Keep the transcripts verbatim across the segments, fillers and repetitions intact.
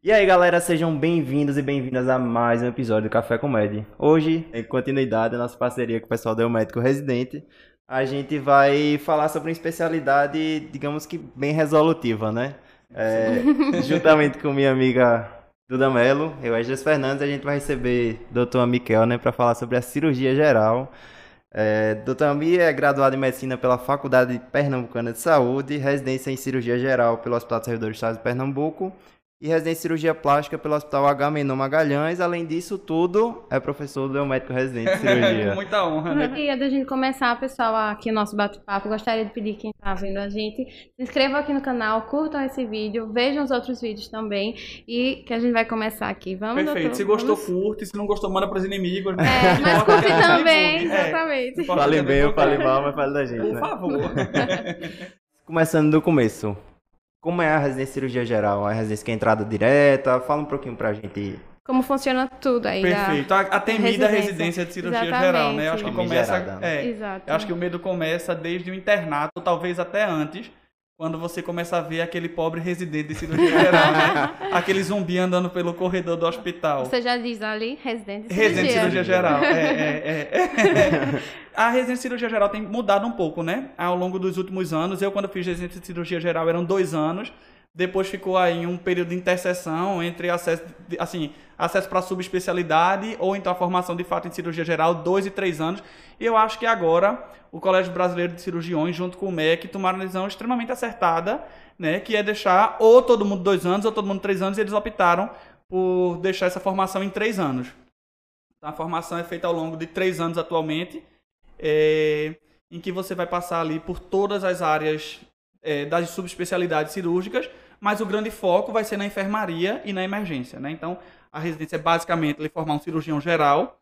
E aí, galera, sejam bem-vindos e bem-vindas a mais um episódio do Café com Med. Hoje, em continuidade da nossa parceria com o pessoal do Médico Residente, a gente vai falar sobre uma especialidade, digamos que bem resolutiva, né? É, juntamente com minha amiga Duda Mello, eu, Esdras Fernandes, a gente vai receber o doutor Miquel, né, para falar sobre a cirurgia geral. É, doutor Ami é graduado em Medicina pela Faculdade Pernambucana de Saúde, residência em Cirurgia Geral pelo Hospital dos Servidores do Estado de Pernambuco e residência em Cirurgia Plástica pelo Hospital Agamenon Magalhães. Além disso tudo, é professor do médico residente de cirurgia. Muita honra, né? E antes da gente começar, pessoal, aqui o nosso bate-papo, gostaria de pedir quem está vendo a gente, se inscrevam aqui no canal, curtam esse vídeo, vejam os outros vídeos também e que a gente vai começar aqui. Vamos, Perfeito. doutor? Se gostou, Vamos... curte. Se não gostou, manda para os inimigos. Né? É, mas curte também, É. exatamente. Fale bem ou fale mal, mas fale da gente, Por né? favor. Começando do começo, como é a residência em cirurgia geral? A residência que é entrada direta? Fala um pouquinho pra gente. Como funciona tudo aí. Perfeito. A, a temida residência. residência de cirurgia Exatamente. geral, né? Eu acho que começa. Famigerada, né? É, Exato. eu acho que o medo começa desde o internato, talvez até antes. Quando você começa a ver aquele pobre residente de cirurgia geral, né? Aquele zumbi andando pelo corredor do hospital. Você já diz ali, residente de cirurgia. Residente de cirurgia geral. É, é, é. A residência de cirurgia geral tem mudado um pouco, né? Ao longo dos últimos anos. Eu, quando fiz residência de cirurgia geral, eram dois anos. Depois ficou aí um período de interseção entre acesso, assim, acesso para subespecialidade ou então a formação de fato em cirurgia geral, dois e três anos. E eu acho que agora o Colégio Brasileiro de Cirurgiões, junto com o M E C, tomaram uma decisão extremamente acertada, né? Que é deixar ou todo mundo dois anos ou todo mundo três anos, e eles optaram por deixar essa formação em três anos. Então, a formação é feita ao longo de três anos atualmente, é, em que você vai passar ali por todas as áreas é, das subespecialidades cirúrgicas, mas o grande foco vai ser na enfermaria e na emergência, né? Então, a residência é basicamente ele formar um cirurgião geral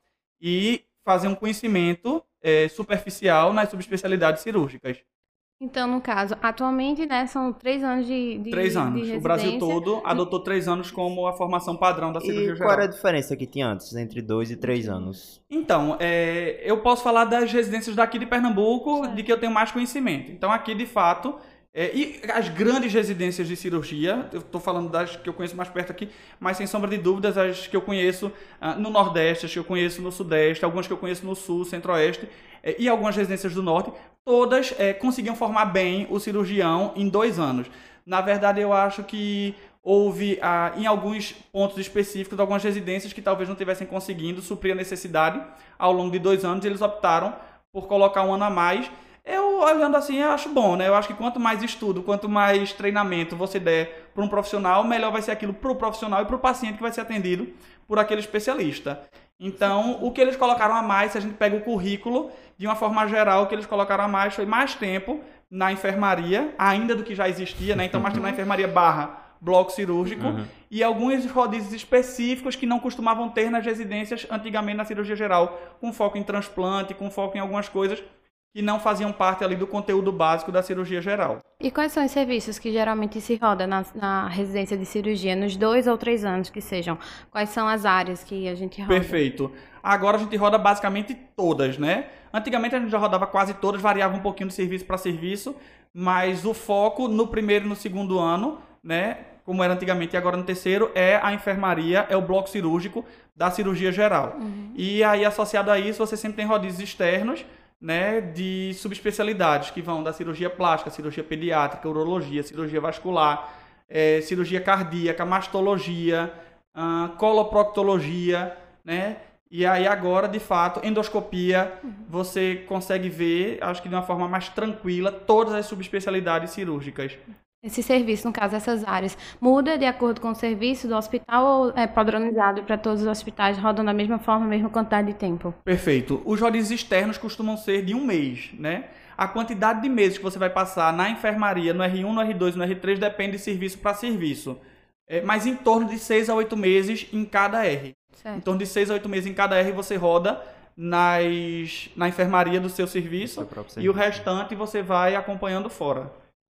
e fazer um conhecimento é, superficial nas subespecialidades cirúrgicas. Então, no caso, atualmente, né, são três anos de, de Três anos. de O Brasil residência. todo adotou três anos como a formação padrão da cirurgia E geral. qual era a diferença que tinha antes, entre dois e três anos? Então, é, eu posso falar das residências daqui de Pernambuco, Certo. de que eu tenho mais conhecimento. Então, aqui, de fato, é, e as grandes residências de cirurgia, eu estou falando das que eu conheço mais perto aqui, mas sem sombra de dúvidas, as que eu conheço ah, no Nordeste, as que eu conheço no Sudeste, algumas que eu conheço no Sul, Centro-Oeste, é, e algumas residências do Norte, todas é, conseguiam formar bem o cirurgião em dois anos. Na verdade, eu acho que houve, ah, em alguns pontos específicos, algumas residências que talvez não estivessem conseguindo suprir a necessidade ao longo de dois anos, e eles optaram por colocar um ano a mais. Eu, olhando assim, eu acho bom, né? Eu acho que quanto mais estudo, quanto mais treinamento você der para um profissional, melhor vai ser aquilo para o profissional e para o paciente que vai ser atendido por aquele especialista. Então, o que eles colocaram a mais, se a gente pega o currículo, de uma forma geral, o que eles colocaram a mais foi mais tempo na enfermaria, ainda do que já existia, né? Então, mais tempo na enfermaria barra bloco cirúrgico, Uhum. e alguns rodízios específicos que não costumavam ter nas residências antigamente na cirurgia geral, com foco em transplante, com foco em algumas coisas que não faziam parte ali do conteúdo básico da cirurgia geral. E quais são os serviços que geralmente se roda na, na residência de cirurgia, nos dois ou três anos que sejam? Quais são as áreas que a gente roda? Perfeito. Agora a gente roda basicamente todas, né? Antigamente a gente já rodava quase todas, variava um pouquinho de serviço para serviço, mas o foco no primeiro e no segundo ano, né, como era antigamente e agora no terceiro, é a enfermaria, é o bloco cirúrgico da cirurgia geral. Uhum. E aí, associado a isso, você sempre tem rodízios externos, né, de subespecialidades, que vão da cirurgia plástica, cirurgia pediátrica, urologia, cirurgia vascular, é, cirurgia cardíaca, mastologia, ah, coloproctologia, né? E aí agora, de fato, endoscopia, você consegue ver, acho que de uma forma mais tranquila, todas as subespecialidades cirúrgicas. Esse serviço, no caso, essas áreas, muda de acordo com o serviço do hospital ou é padronizado para todos os hospitais, rodam da mesma forma, a mesma quantidade de tempo? Perfeito. Os rodízios externos costumam ser de um mês, né? A quantidade de meses que você vai passar na enfermaria, no R um, no R dois, no R três, depende de serviço para serviço. É, mas em torno de seis a oito meses em cada R. Certo. Em torno de seis a oito meses em cada R você roda nas, na enfermaria do seu serviço, Do seu próprio e o serviço. restante você vai acompanhando fora.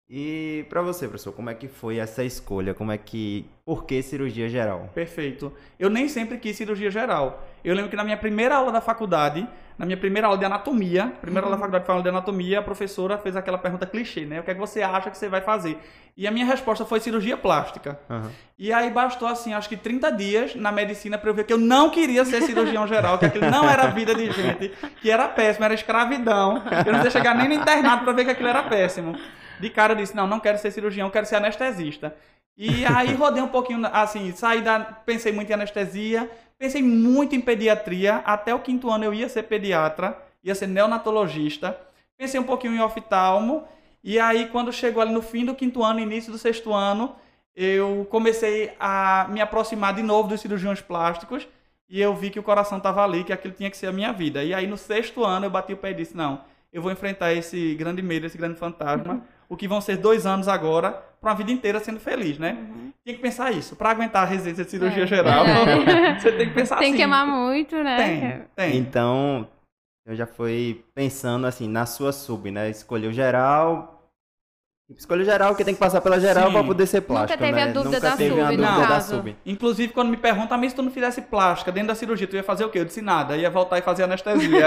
E pra você, professor, como é que foi essa escolha? Como é que... Por que cirurgia geral? Perfeito. Eu nem sempre quis cirurgia geral. Eu lembro que na minha primeira aula da faculdade, na minha primeira aula de anatomia, primeira Uhum. aula da faculdade falando de anatomia, a professora fez aquela pergunta clichê, né? O que é que você acha que você vai fazer? E a minha resposta foi cirurgia plástica. Uhum. E aí bastou, assim, acho que trinta dias na medicina para eu ver que eu não queria ser cirurgião geral, que aquilo não era vida de gente, que era péssimo, era escravidão. Eu não precisei chegar nem no internato para ver que aquilo era péssimo. De cara eu disse, não, não quero ser cirurgião, quero ser anestesista. E aí rodei um pouquinho, assim, saí da... Pensei muito em anestesia, pensei muito em pediatria, até o quinto ano eu ia ser pediatra, ia ser neonatologista. Pensei um pouquinho em oftalmo, e aí quando chegou ali no fim do quinto ano, início do sexto ano, eu comecei a me aproximar de novo dos cirurgiões plásticos, e eu vi que o coração estava ali, que aquilo tinha que ser a minha vida. E aí no sexto ano eu bati o pé e disse, não, eu vou enfrentar esse grande medo, esse grande fantasma, uhum. o que vão ser dois anos agora, para uma vida inteira sendo feliz, né? Uhum. Tinha que pensar isso. Para aguentar a residência de cirurgia é, geral, é. você tem que pensar tem assim. Tem que amar muito, né? Tem, tem. Então, eu já fui pensando assim, na sua sub, né? Escolheu geral... Escolha geral, que tem que passar pela geral para poder ser plástica, Nunca teve né? a dúvida Nunca da teve sub, a dúvida no da caso. sub. Inclusive, quando me perguntam, mas se tu não fizesse plástica dentro da cirurgia, tu ia fazer o quê? Eu disse nada, ia voltar e fazer anestesia.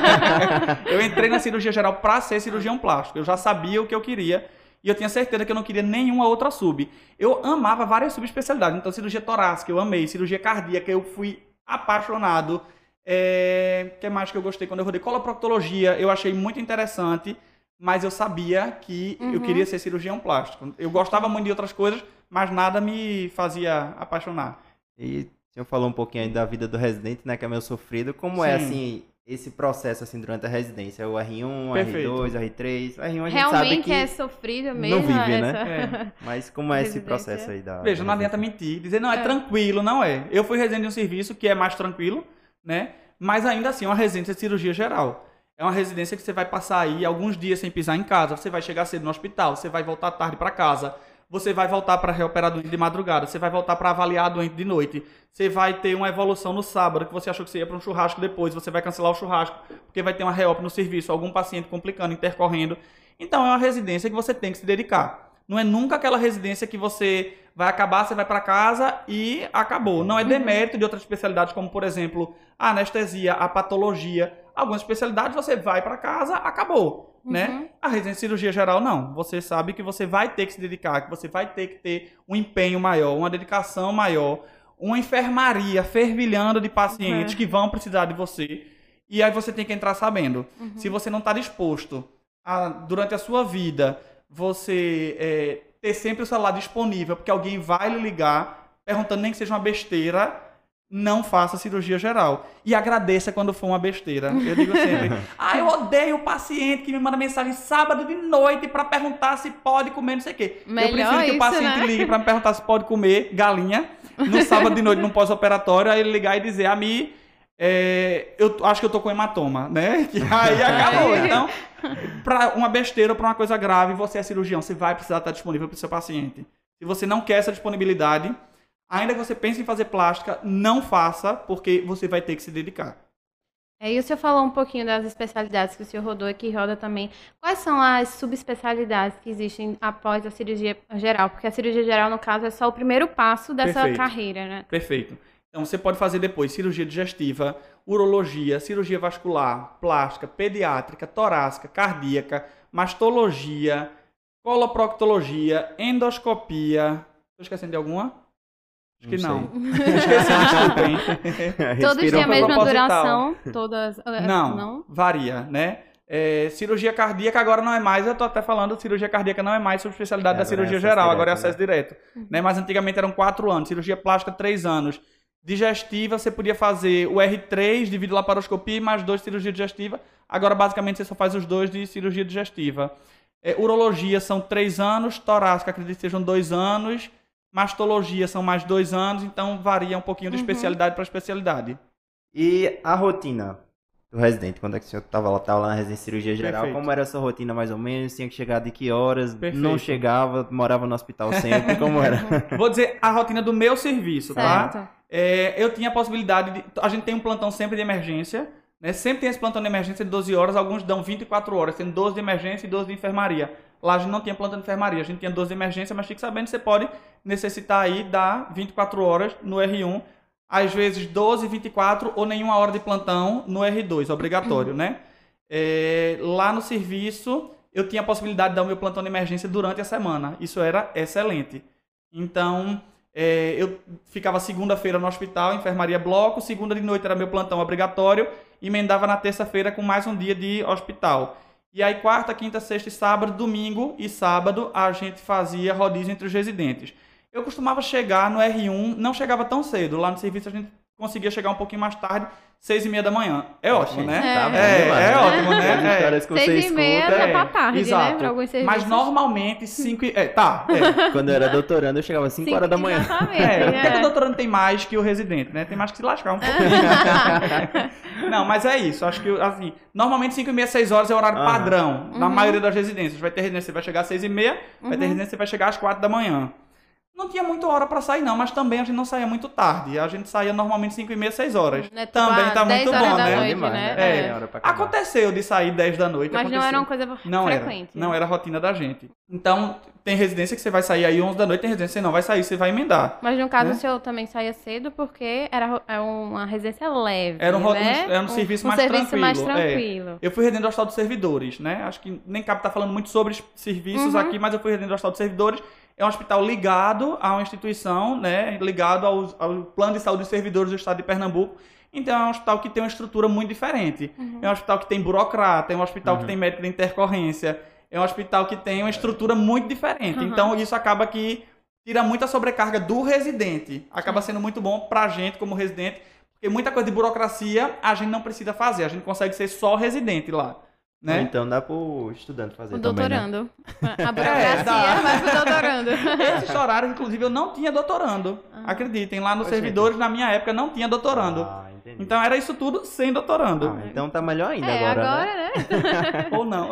Eu entrei na cirurgia geral para ser cirurgião plástico. Eu já sabia o que eu queria e eu tinha certeza que eu não queria nenhuma outra sub. Eu amava várias subespecialidades. Então, cirurgia torácica, eu amei. Cirurgia cardíaca, eu fui apaixonado. É... O que mais que eu gostei quando eu rodei? Coloproctologia, eu achei muito interessante. Mas eu sabia que uhum. eu queria ser cirurgião plástico. Eu gostava muito de outras coisas, mas nada me fazia apaixonar. E o senhor falou um pouquinho aí da vida do residente, né, que é meio sofrido. Como Sim. é, assim, esse processo, assim, durante a residência? O R um, Perfeito. R dois, R três... O R um a gente Realmente sabe que é sofrido mesmo. não vive, essa... né? É. Mas como é esse processo aí da... Veja, da não adianta mentir. Dizer, não, é, é tranquilo, não é. Eu fui residente de um serviço que é mais tranquilo, né? Mas ainda assim, é uma residência de cirurgia geral. É uma residência que você vai passar aí alguns dias sem pisar em casa, você vai chegar cedo no hospital, você vai voltar tarde para casa, você vai voltar para reoperar doente de madrugada, você vai voltar para avaliar doente de noite, você vai ter uma evolução no sábado, que você achou que você ia para um churrasco depois, você vai cancelar o churrasco, porque vai ter uma reop no serviço, algum paciente complicando, intercorrendo. Então é uma residência que você tem que se dedicar. Não é nunca aquela residência que você vai acabar, você vai para casa e acabou. Não é demérito de outras especialidades, como, por exemplo, a anestesia, a patologia. Algumas especialidades você vai para casa, acabou. Uhum. Né? A residência de cirurgia geral, não. Você sabe que você vai ter que se dedicar, que você vai ter que ter um empenho maior, uma dedicação maior, uma enfermaria fervilhando de pacientes uhum. que vão precisar de você. E aí você tem que entrar sabendo. Uhum. Se você não está disposto a, durante a sua vida, você é, ter sempre o celular disponível, porque alguém vai lhe ligar, perguntando nem que seja uma besteira, não faça cirurgia geral. E agradeça quando for uma besteira. Eu digo sempre, ah, eu odeio o paciente que me manda mensagem sábado de noite para perguntar se pode comer não sei o quê. Melhor eu prefiro que isso, o paciente né? ligue para me perguntar se pode comer galinha no sábado de noite, no pós-operatório, aí ele ligar e dizer a mim, é, eu acho que eu tô com hematoma, né? Que aí acabou. Então, para uma besteira ou para uma coisa grave, você é cirurgião, você vai precisar estar disponível para o seu paciente. Se você não quer essa disponibilidade, ainda que você pense em fazer plástica, não faça, porque você vai ter que se dedicar. É, e o senhor falou um pouquinho das especialidades que o senhor rodou e que roda também. Quais são as subespecialidades que existem após a cirurgia geral? Porque a cirurgia geral, no caso, é só o primeiro passo dessa Perfeito. carreira, né? Perfeito. Então, você pode fazer depois cirurgia digestiva, urologia, cirurgia vascular, plástica, pediátrica, torácica, cardíaca, mastologia, coloproctologia, endoscopia. Estou esquecendo de alguma? Acho que não. não. Esqueci, desculpem. Todos têm a mesma duração? Todas? Não, não? Varia, né? É, cirurgia cardíaca agora não é mais, eu estou até falando, cirurgia cardíaca não é mais subespecialidade é, da cirurgia é geral, direto, agora é acesso né? direto. Uhum. Né? Mas antigamente eram quatro anos, cirurgia plástica três anos. Digestiva, você podia fazer o R três de videolaparoscopia e mais dois de cirurgia digestiva. Agora, basicamente, você só faz os dois de cirurgia digestiva. É, urologia são três anos, torácica, acredito que sejam dois anos. Mastologia são mais dois anos, então varia um pouquinho de uhum. especialidade para especialidade. E a rotina do residente, quando é que o senhor estava lá, tava lá na residência de cirurgia geral, Perfeito. Como era a sua rotina mais ou menos? Tinha que chegar de que horas? Perfeito. Não chegava, morava no hospital sempre, como era? Vou dizer a rotina do meu serviço, certo. Tá? É, eu tinha a possibilidade de... A gente tem um plantão sempre de emergência, né? Sempre tem esse plantão de emergência de doze horas, alguns dão vinte e quatro horas, tem doze de emergência e doze de enfermaria. Lá a gente não tinha plantão de enfermaria, a gente tinha doze de emergência, mas fique sabendo que você pode necessitar aí dar vinte e quatro horas no R um, às vezes doze, vinte e quatro ou nenhuma hora de plantão no R dois, obrigatório, né? É, lá no serviço, eu tinha a possibilidade de dar o meu plantão de emergência durante a semana. Isso era excelente. Então, é, eu ficava segunda-feira no hospital, enfermaria bloco, segunda de noite era meu plantão obrigatório, emendava na terça-feira com mais um dia de hospital. E aí, quarta, quinta, sexta e sábado, domingo e sábado, a gente fazia rodízio entre os residentes. Eu costumava chegar no R um, não chegava tão cedo. Lá no serviço a gente conseguia chegar um pouquinho mais tarde, seis e meia da manhã. É ótimo, Gente, né? tá bom É, demais, é né? ótimo, né? As É. histórias que você Seis e meia escuta. já é, tá tarde, exato. né? Pra alguns serviços. Mas normalmente cinco e... É, tá. É. Quando eu era doutorando, eu chegava às cinco Sim, horas da manhã. Exatamente. É, porque é. o doutorando tem mais que o residente, né? Tem mais que se lascar um pouquinho. Não, mas é isso. Acho que, assim, normalmente cinco e meia, seis horas é o horário Aham. padrão, na Uhum. maioria das residências. Vai ter residência que vai chegar às seis e meia, vai ter Uhum. residência que vai chegar às quatro da manhã. Não tinha muita hora pra sair, não, mas também a gente não saía muito tarde. A gente saía normalmente cinco e meia, seis horas. Né, tipo, Também ah, tá dez muito horas bom, da né? noite, Demais, né? É. Tem hora pra acabar. Aconteceu de sair dez da noite. Mas não aconteceu. era uma coisa Não frequente. era, não era a rotina da gente. Então, tem residência que você vai sair aí onze da noite, tem residência que você não vai sair, você vai emendar. Mas no caso, né? o senhor também saía cedo porque era é uma residência leve, Era um, ro- né? um- era um serviço um mais serviço tranquilo. mais é. tranquilo. Eu fui residente do Hospital dos Servidores, né? Acho que nem cabe estar falando muito sobre serviços Uhum. aqui, mas eu fui residente do Hospital dos Servidores. É um hospital ligado a uma instituição, né? Ligado aos- ao Plano de Saúde dos Servidores do Estado de Pernambuco. Então é um hospital que tem uma estrutura muito diferente. Uhum. É um hospital que tem burocrata, é um hospital Uhum. que tem médico de intercorrência, é um hospital que tem uma estrutura muito diferente. Uhum. Então isso acaba que tira muita sobrecarga do residente. Acaba sendo muito bom pra gente como residente, porque muita coisa de burocracia a gente não precisa fazer, a gente consegue ser só residente lá, Ou né? então dá pro estudante fazer O também, né? doutorando. A burocracia dá. vai pro doutorando. Esses horários, inclusive, eu não tinha doutorando. Acreditem, lá nos Poxa, servidores, na minha época, não tinha doutorando. Ah, entendi. Então era isso tudo sem doutorando. Ah, então tá melhor ainda É, agora, agora, né? né? Ou não.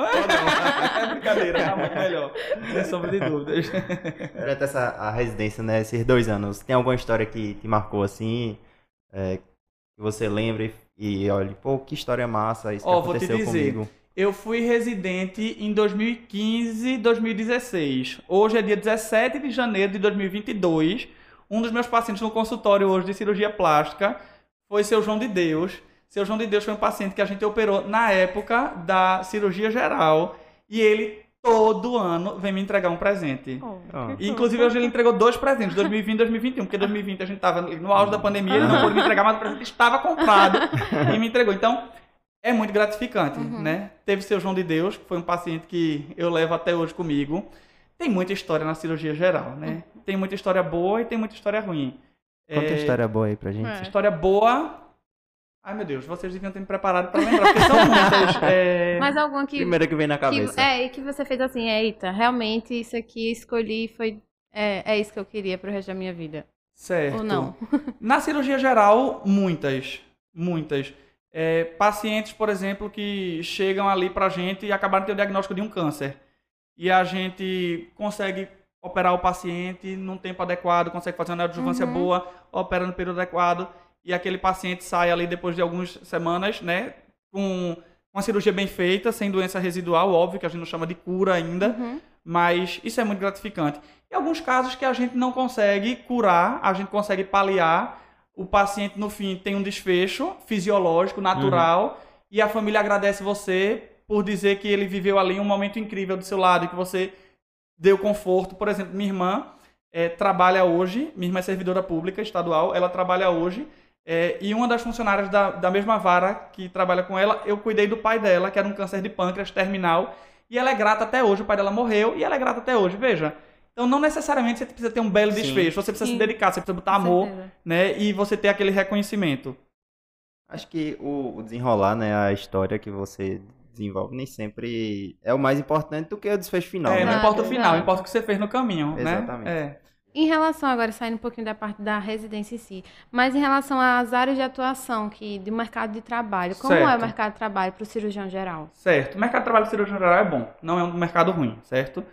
É brincadeira, tá muito melhor. Sem sombra de dúvidas. Durante essa a residência, né, esses dois anos, tem alguma história que te marcou assim, é, que você lembra e, e olha, pô, que história massa, isso que Ó, vou te aconteceu dizer. comigo. Eu fui residente em dois mil e quinze, dois mil e dezesseis. Hoje é dia dezessete de janeiro de dois mil e vinte e dois. Um dos meus pacientes no consultório hoje de cirurgia plástica foi seu João de Deus. Seu João de Deus foi um paciente que a gente operou na época da cirurgia geral. E ele, todo ano, vem me entregar um presente. Oh, Ah. E, inclusive, hoje ele entregou dois presentes, dois mil e vinte e dois mil e vinte e um, porque dois mil e vinte a gente estava no auge da pandemia, ele não pôde me entregar, mas o presente estava comprado e me entregou. Então, é muito gratificante, Uhum. né? Teve seu João de Deus, que foi um paciente que eu levo até hoje comigo. Tem muita história na cirurgia geral, né? Tem muita história boa e tem muita história ruim. Conta É, uma história boa aí pra gente. É. História boa... Ai, meu Deus, vocês deviam ter me preparado para lembrar, porque são muitas. É... Mas alguma que, Primeira que vem na que cabeça. é, e que você fez assim, eita, realmente isso aqui escolhi foi é, é isso que eu queria pro resto da minha vida. Certo. Ou não? Na cirurgia geral, muitas. Muitas. É, pacientes, por exemplo, que chegam ali pra gente e acabaram de ter o diagnóstico de um câncer. E a gente consegue operar o paciente num tempo adequado, consegue fazer uma neoadjuvância Uhum. boa, opera no período adequado, e aquele paciente sai ali depois de algumas semanas, né, com uma cirurgia bem feita, sem doença residual, óbvio que a gente não chama de cura ainda, Uhum. mas isso é muito gratificante. E alguns casos que a gente não consegue curar, a gente consegue paliar, o paciente no fim tem um desfecho fisiológico, natural, e a família agradece você por dizer que ele viveu ali um momento incrível do seu lado, e que você deu conforto. Por exemplo, minha irmã é, trabalha hoje, minha irmã é servidora pública estadual, ela trabalha hoje, é, e uma das funcionárias da, da mesma vara que trabalha com ela, eu cuidei do pai dela, que era um câncer de pâncreas terminal, e ela é grata até hoje, o pai dela morreu, e ela é grata até hoje, veja. Então, não necessariamente você precisa ter um belo Sim. desfecho, você precisa Sim. se dedicar, você precisa botar Com amor, certeza. né, e você ter aquele reconhecimento. Acho que o, o desenrolar, né, a história que você desenvolve nem sempre é o mais importante do que o desfecho final, é, não né? Exato, importa o final, exato. importa o que você fez no caminho, Exatamente. né? É. Em relação agora, saindo um pouquinho da parte da residência em si, mas em relação às áreas de atuação que, do mercado de trabalho, como é o Certo. mercado de trabalho para o cirurgião geral? Certo. O mercado de trabalho de cirurgia geral é bom, não é um mercado ruim, certo?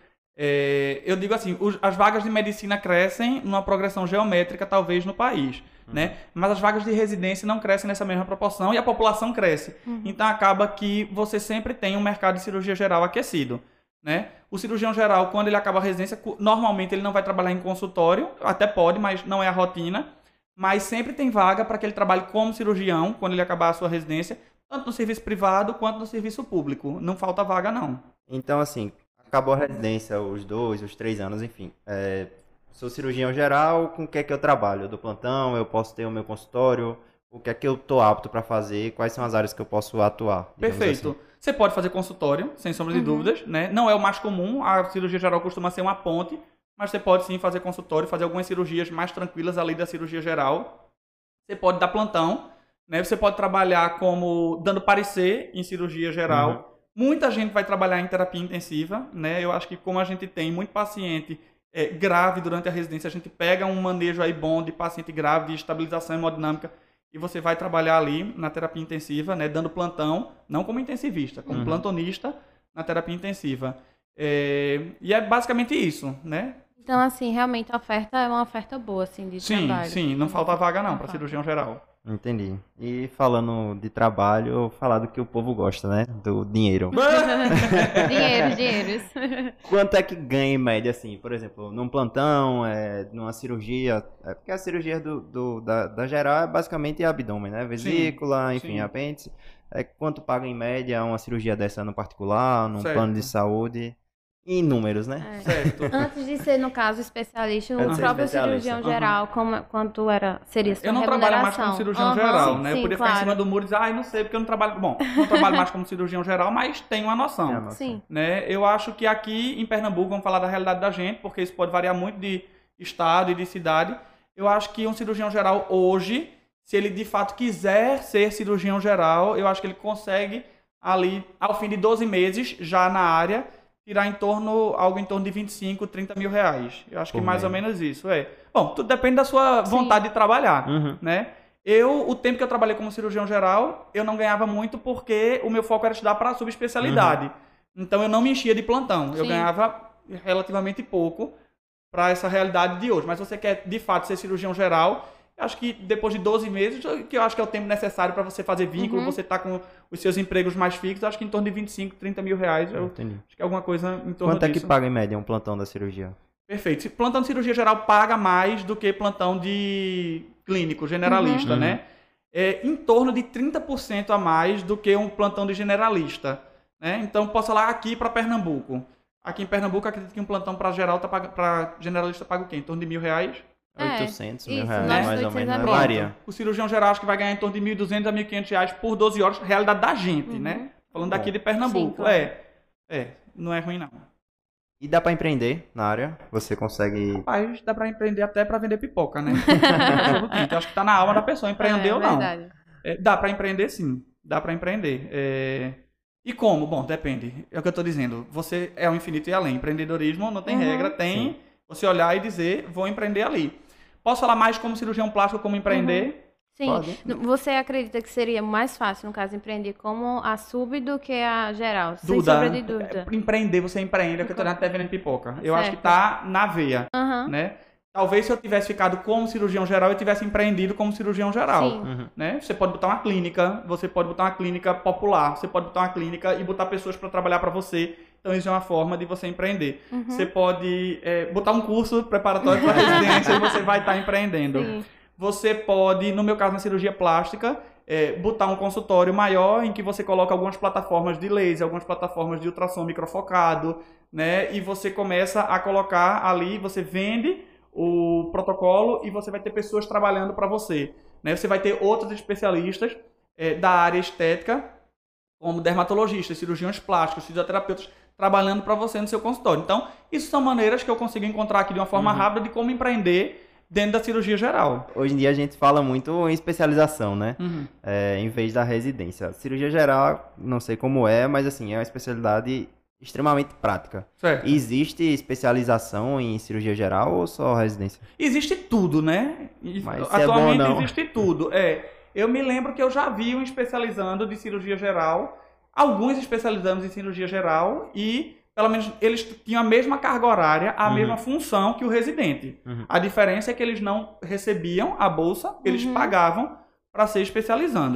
É, eu digo assim, os- as vagas de medicina crescem numa progressão geométrica, talvez, no país, né? Mas as vagas de residência não crescem nessa mesma proporção e a população cresce. Então acaba que você sempre tem um mercado de cirurgia geral aquecido. né? O cirurgião geral, quando ele acaba a residência, normalmente ele não vai trabalhar em consultório, até pode, mas não é a rotina. Mas sempre tem vaga para que ele trabalhe como cirurgião quando ele acabar a sua residência, tanto no serviço privado quanto no serviço público. Não falta vaga, não. Então, assim, acabou a residência, os dois, os três anos, enfim. É, sou cirurgião geral, com o que é que eu trabalho? Eu dou plantão, eu posso ter o meu consultório, o que é que eu tô apto para fazer, quais são as áreas que eu posso atuar? Perfeito. Assim. Você pode fazer consultório, sem sombra de uhum. dúvidas, né? Não é o mais comum, a cirurgia geral costuma ser uma ponte, mas você pode sim fazer consultório, fazer algumas cirurgias mais tranquilas além da cirurgia geral. Você pode dar plantão, né? Você pode trabalhar como dando parecer em cirurgia geral. Uhum. Muita gente vai trabalhar em terapia intensiva, né? Eu acho que como a gente tem muito paciente é, grave durante a residência, a gente pega um manejo aí bom de paciente grave, de estabilização hemodinâmica, e você vai trabalhar ali na terapia intensiva, né, dando plantão, não como intensivista, como uhum. plantonista na terapia intensiva. É, e é basicamente isso, né? Então, assim, realmente a oferta é uma oferta boa, assim, de sim, trabalho. Sim, sim, não falta vaga não, para cirurgião geral. Entendi. E falando de trabalho, falar do que o povo gosta, né? Do dinheiro. Dinheiros, dinheiros. Quanto é que ganha em média, assim? Por exemplo, num plantão, é, numa cirurgia... É porque a cirurgia do, do, da, da geral é basicamente abdômen, né? Vesícula, sim, enfim, sim. apêndice. É, quanto paga em média uma cirurgia dessa no particular, num certo. plano de saúde? Em números, né? É. Certo. Antes de ser, no caso, especialista, o próprio cirurgião geral, uhum. como, quanto era, seria sua Eu não trabalho mais como cirurgião uhum. geral, né? Sim, eu podia claro. ficar em cima do muro e dizer, ah, eu não sei porque eu não trabalho... Bom, não trabalho mais como cirurgião geral, mas tenho uma noção. É, sim. Né? Eu acho que aqui em Pernambuco, vamos falar da realidade da gente, porque isso pode variar muito de estado e de cidade. Eu acho que um cirurgião geral hoje, se ele de fato quiser ser cirurgião geral, eu acho que ele consegue ali, ao fim de doze meses, já na área... tirar em torno, algo em torno de vinte e cinco, trinta mil reais. Eu acho Por que mais meio. ou menos isso, é. Bom, tudo depende da sua vontade Sim. de trabalhar, uhum. né? Eu, o tempo que eu trabalhei como cirurgião geral, eu não ganhava muito porque o meu foco era estudar para a subespecialidade. Uhum. Então, eu não me enchia de plantão. Eu Sim. ganhava relativamente pouco para essa realidade de hoje. Mas se você quer, de fato, ser cirurgião geral... Acho que depois de doze meses, que eu acho que é o tempo necessário para você fazer vínculo, uhum. você tá com os seus empregos mais fixos, acho que em torno de vinte e cinco, trinta mil reais, eu Entendi. acho que é alguma coisa em torno Quanto disso. é que paga em média um plantão da cirurgia? Perfeito. Plantão de cirurgia geral paga mais do que plantão de clínico, generalista, uhum. né? É em torno de trinta por cento a mais do que um plantão de generalista, né? Então, posso falar aqui para Pernambuco. Aqui em Pernambuco, acredito que um plantão para geral, tá para generalista paga o quê? Em torno de mil reais? oitocentos mil isso, reais, mais ou menos, né? Varia. O cirurgião geral acho que vai ganhar em torno de mil e duzentos a mil e quinhentos reais por doze horas, realidade da gente, uhum. né? Falando daqui de Pernambuco. Sim, claro. É, é, não é ruim não. E dá pra empreender na área? Você consegue... Rapaz, dá pra empreender até pra vender pipoca, né? Eu acho que tá na alma da pessoa, empreender é, ou não. É, dá pra empreender sim, dá pra empreender. É... E como? Bom, depende. É o que eu tô dizendo. Você é o infinito e além. Empreendedorismo não tem uhum. regra, tem... Sim. Você olhar e dizer, vou empreender ali. Posso falar mais como cirurgião plástico, como empreender? Uhum. Sim. Pode. Você acredita que seria mais fácil, no caso, empreender como a sub do que a geral? Duda, sem sombra de dúvida. Empreender, você empreende, é o que eu tô até vendendo pipoca. Eu certo. acho que tá na veia, uhum. né? Talvez se eu tivesse ficado como cirurgião geral, eu tivesse empreendido como cirurgião geral. Uhum. Né? Você pode botar uma clínica, você pode botar uma clínica popular, você pode botar uma clínica e botar pessoas para trabalhar para você. Então, isso é uma forma de você empreender. Uhum. Você pode é, botar um curso preparatório para residência e você vai estar tá empreendendo. Sim. Você pode, no meu caso, na cirurgia plástica, é, botar um consultório maior em que você coloca algumas plataformas de laser, algumas plataformas de ultrassom microfocado, né? E você começa a colocar ali, você vende o protocolo e você vai ter pessoas trabalhando para você. Né? Você vai ter outros especialistas é, da área estética, como dermatologistas, cirurgiões plásticos, fisioterapeutas, trabalhando para você no seu consultório. Então, isso são maneiras que eu consigo encontrar aqui de uma forma uhum. rápida de como empreender dentro da cirurgia geral. Hoje em dia a gente fala muito em especialização, né? Uhum. É, em vez da residência. Cirurgia geral, não sei como é, mas assim, é uma especialidade extremamente prática. Certo. Existe especialização em cirurgia geral ou só residência? Existe tudo, né? Mas atualmente é bom, não. existe tudo. É, eu me lembro que eu já vi um especializando de cirurgia geral, alguns especializando em cirurgia geral e pelo menos eles tinham a mesma carga horária, a uhum. mesma função que o residente. Uhum. A diferença é que eles não recebiam a bolsa, eles uhum. pagavam para ser especializandos.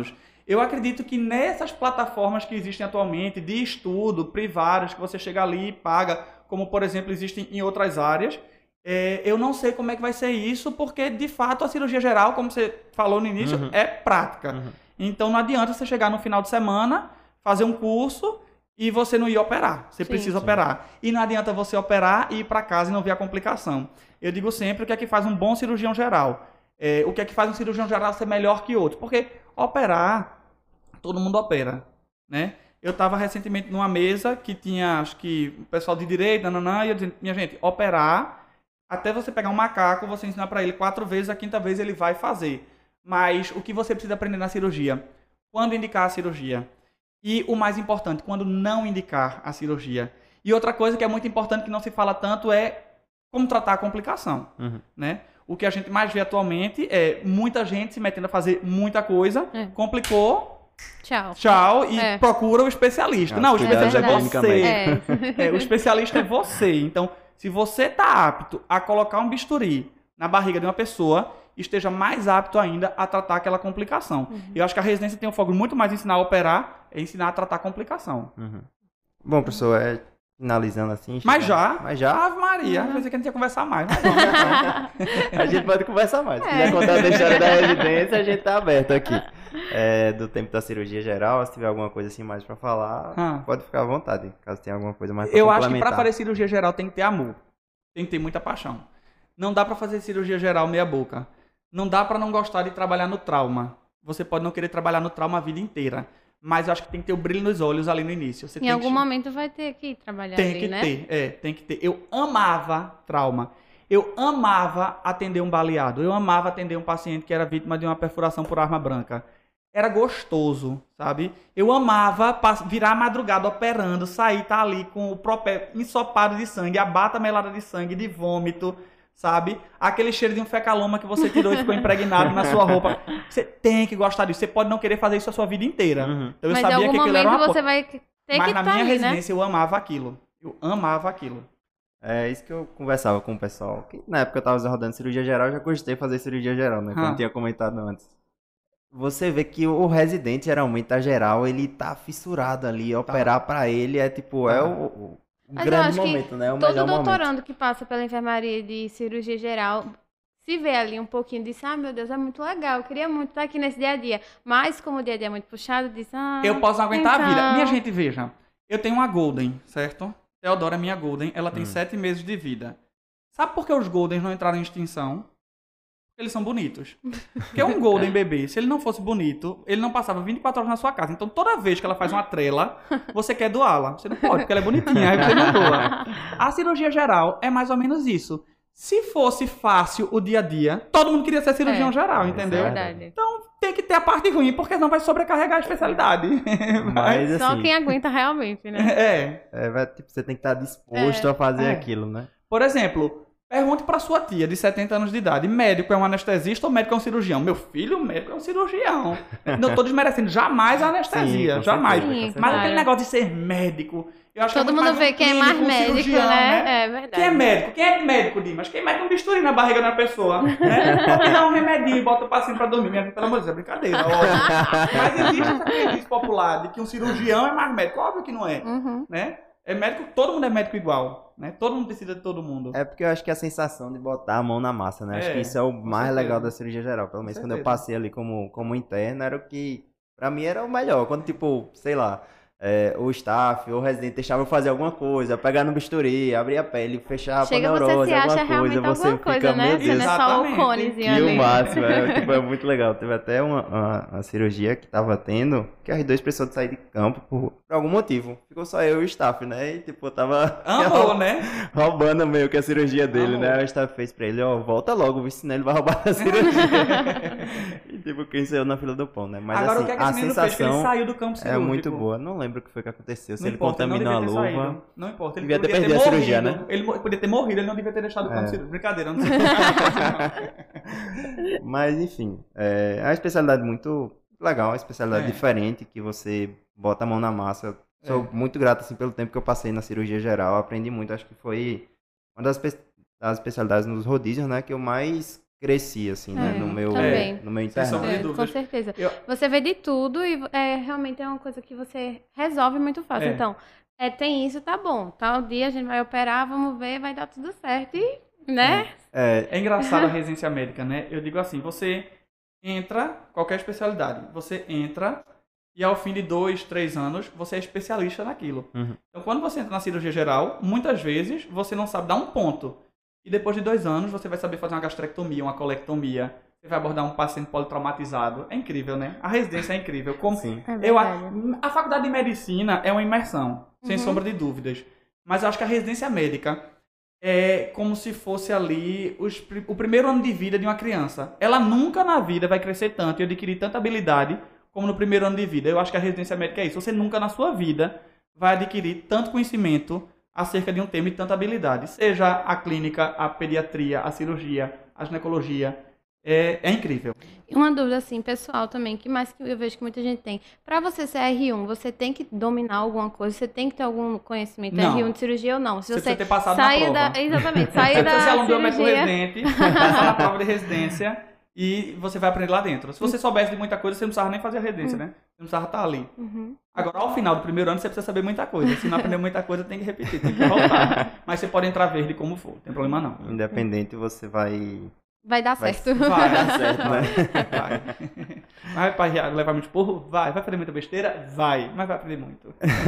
Eu acredito que nessas plataformas que existem atualmente, de estudo, privadas, que você chega ali e paga, como, por exemplo, existem em outras áreas, é, eu não sei como é que vai ser isso, porque, de fato, a cirurgia geral, como você falou no início, Uhum. é prática. Uhum. Então, não adianta você chegar no final de semana, fazer um curso e você não ir operar. Você Sim. precisa Sim. operar. E não adianta você operar e ir para casa e não ver a complicação. Eu digo sempre o que é que faz um bom cirurgião geral. É, o que é que faz um cirurgião geral ser melhor que outro? Porque operar, todo mundo opera, né? Eu estava recentemente numa mesa que tinha, acho que, o pessoal de direito, nananã, e eu dizendo, minha gente, operar, até você pegar um macaco, você ensinar para ele quatro vezes, a quinta vez ele vai fazer. Mas o que você precisa aprender na cirurgia? Quando indicar a cirurgia? E o mais importante, quando não indicar a cirurgia? E outra coisa que é muito importante, que não se fala tanto, é como tratar a complicação, Uhum. né? O que a gente mais vê atualmente é muita gente se metendo a fazer muita coisa, É. complicou, Tchau. tchau, e É. procura o especialista. Ah, Não, o cuidado especialista é da clínica você. médica. É. É, o especialista é você. Então, se você está apto a colocar um bisturi na barriga de uma pessoa, esteja mais apto ainda a tratar aquela complicação. Uhum. Eu acho que a residência tem um foco muito mais em ensinar a operar, é ensinar a tratar a complicação. Uhum. Bom, professor, é, finalizando assim... Mas chegando- já, Mas já? Ave Maria, eu pensei que a gente ia conversar mais. Mas vamos, então. A gente pode conversar mais. Se É. quiser contar a história da residência, a gente tá aberto aqui. É, do tempo da cirurgia geral, se tiver alguma coisa assim mais pra falar, Ah. pode ficar à vontade, caso tenha alguma coisa mais pra Eu acho que complementar. para fazer cirurgia geral tem que ter amor. Tem que ter muita paixão. Não dá para fazer cirurgia geral meia boca. Não dá para não gostar de trabalhar no trauma. Você pode não querer trabalhar no trauma a vida inteira. Mas eu acho que tem que ter o brilho nos olhos ali no início. Você Em tem algum que... momento vai ter que trabalhar Tem ali, que né? ter, é, tem que ter. Eu amava trauma. Eu amava atender um baleado. Eu amava atender um paciente que era vítima de uma perfuração por arma branca. Era gostoso, sabe? Eu amava pas- virar a madrugada operando, sair, tá ali com o propé ensopado de sangue, a bata melada de sangue, de vômito, sabe? Aquele cheiro de um fecaloma que você tirou e ficou impregnado na sua roupa. Você tem que gostar disso. Você pode não querer fazer isso a sua vida inteira. Uhum. Então eu Mas em sabia algum que aquilo era momento uma você po- vai ter Mas que na estar minha ali, né? residência eu amava aquilo. Eu amava aquilo. É isso que eu conversava com o pessoal. Que na época eu tava rodando cirurgia geral, eu já gostei de fazer cirurgia geral, né? Como Ah. eu tinha comentado antes. Você vê que o residente, geralmente, a geral, ele tá fissurado ali. Operar pra ele é tipo, é Tá. o, o Mas eu grande acho que momento, né? O Todo melhor momento. doutorando que passa pela enfermaria de cirurgia geral se vê ali um pouquinho e diz, ah, meu Deus, é muito legal, eu queria muito estar aqui nesse dia a dia. Mas como o dia a dia é muito puxado, diz, ah, Eu posso não aguentar a vida. então. Minha gente, veja. Eu tenho uma Golden, certo? Teodora é minha Golden. Ela tem Hum. sete meses de vida. Sabe por que os Goldens não entraram em extinção? Porque eles são bonitos. Porque um Golden bebê, se ele não fosse bonito, ele não passava vinte e quatro horas na sua casa. Então toda vez que ela faz uma trela, você quer doá-la. Você não pode, porque ela é bonitinha, aí você não doa. A cirurgia geral é mais ou menos isso. Se fosse fácil o dia a dia, todo mundo queria ser cirurgião É. geral, É entendeu? Verdade. Então tem que ter a parte ruim, porque senão vai sobrecarregar a especialidade. Mas Só assim, quem aguenta realmente, né? É. é, vai, tipo, você tem que estar disposto É. a fazer É. aquilo, né? Por exemplo, pergunte pra sua tia de setenta anos de idade, médico é um anestesista ou médico é um cirurgião? Meu filho, médico é um cirurgião. Não tô desmerecendo jamais a anestesia, Sim, com jamais. certeza, Sim, com certeza. Mas claro. aquele negócio de ser médico, eu acho que é Todo muito mundo mais vê um quem é mais clínico, um médico, cirurgião, né? É verdade. Quem é médico? Quem é médico, Dimas? Quem mete um bisturi na barriga da pessoa? Né? Ou que dá um remedinho e bota o paciente pra dormir. Minha, pelo amor de Deus, é brincadeira, óbvio. Mas existe essa crença popular de que um cirurgião é mais médico. Óbvio que não é, Uhum. né? É médico, todo mundo é médico igual, né? Todo mundo precisa de todo mundo. É porque eu acho que a sensação de botar a mão na massa, né? Acho É, que isso é o mais certeza. legal da cirurgia geral. Pelo menos quando eu certeza. passei ali como, como interno, era o que, pra mim, era o melhor. Quando, tipo, sei lá, é, o staff ou o residente deixava eu fazer alguma coisa, pegar no bisturi, abrir a pele, fechar Chega, a você neurose, se acha alguma realmente coisa, você alguma coisa, fica, né? meu Você Deus, não é só o Exatamente. conezinho que ali. o máximo, é, tipo, é muito legal. Teve até uma, uma, uma cirurgia que tava tendo, que as duas precisou de sair de campo por, por algum motivo. Ficou só eu e o staff, né? E tipo, eu tava Amor, né? roubando meio que a cirurgia dele, Amor. né? O staff fez pra ele, ó, volta logo, viu? Senão ele vai roubar a cirurgia. E tipo, quem saiu na fila do pão, né? Mas Agora, assim, o que é que a esse menino fez? Que ele sensação saiu do campo é cirúrgico. muito boa. Não lembro o que foi que aconteceu. Se Não ele importa, ele não contaminou a devia ter luva. saído. Não importa, ele Devia ter podia perdido a cirurgia, morrido. né? Ele mo- podia ter morrido, ele não devia ter deixado o campo É. cirúrgico. Brincadeira, não sei. Mas enfim, é uma especialidade muito legal, uma especialidade É. diferente, que você bota a mão na massa. Sou É. muito grato assim, pelo tempo que eu passei na cirurgia geral, aprendi muito. Acho que foi uma das, espe- das especialidades nos rodízios, né, que eu mais cresci, assim, né? É, No meu, também. no meu Sem sombra internato. de É, com dúvidas. certeza. Eu- Você vê de tudo e é, realmente é uma coisa que você resolve muito fácil. É. Então, é, tem isso, tá bom. Tal dia a gente vai operar, vamos ver, vai dar tudo certo. E, né? É, É engraçado a residência médica, né? Eu digo assim, você entra, qualquer especialidade, você entra e ao fim de dois, três anos, você é especialista naquilo. Uhum. Então, quando você entra na cirurgia geral, muitas vezes você não sabe dar um ponto. E depois de dois anos, você vai saber fazer uma gastrectomia, uma colectomia. Você vai abordar um paciente politraumatizado. É incrível, né? A residência é incrível. Como sim. É eu, a, verdade. a faculdade de medicina é uma imersão, sem Uhum. sombra de dúvidas. Mas eu acho que a residência médica é como se fosse ali os, pri- o primeiro ano de vida de uma criança. Ela nunca na vida vai crescer tanto e adquirir tanta habilidade como no primeiro ano de vida. Eu acho que a residência médica é isso. Você nunca na sua vida vai adquirir tanto conhecimento acerca de um tema e tanta habilidade. Seja a clínica, a pediatria, a cirurgia, a ginecologia. É, é incrível. E uma dúvida, assim, pessoal também, que mais que eu vejo que muita gente tem. Pra você ser R um, você tem que dominar alguma coisa, você tem que ter algum conhecimento Não. R um de cirurgia ou não. Se Você você, precisa ter passado na saiu prova. da. Exatamente, saiu Você da precisa ser aluno biomédico cirurgia. residente, passar na prova de residência e você vai aprender lá dentro. Se você soubesse de muita coisa, você não precisava nem fazer a residência, né? Você não precisava estar ali. Uhum. Agora, ao final do primeiro ano, você precisa saber muita coisa. Se não aprender muita coisa, tem que repetir, tem que voltar. Mas você pode entrar verde como for, não tem problema não. Independente, você vai... Vai dar Vai- certo. Vai, dar certo, né? Vai. Vai para levar muito esporro? Vai. Vai fazer muita besteira? Vai. Mas vai aprender muito.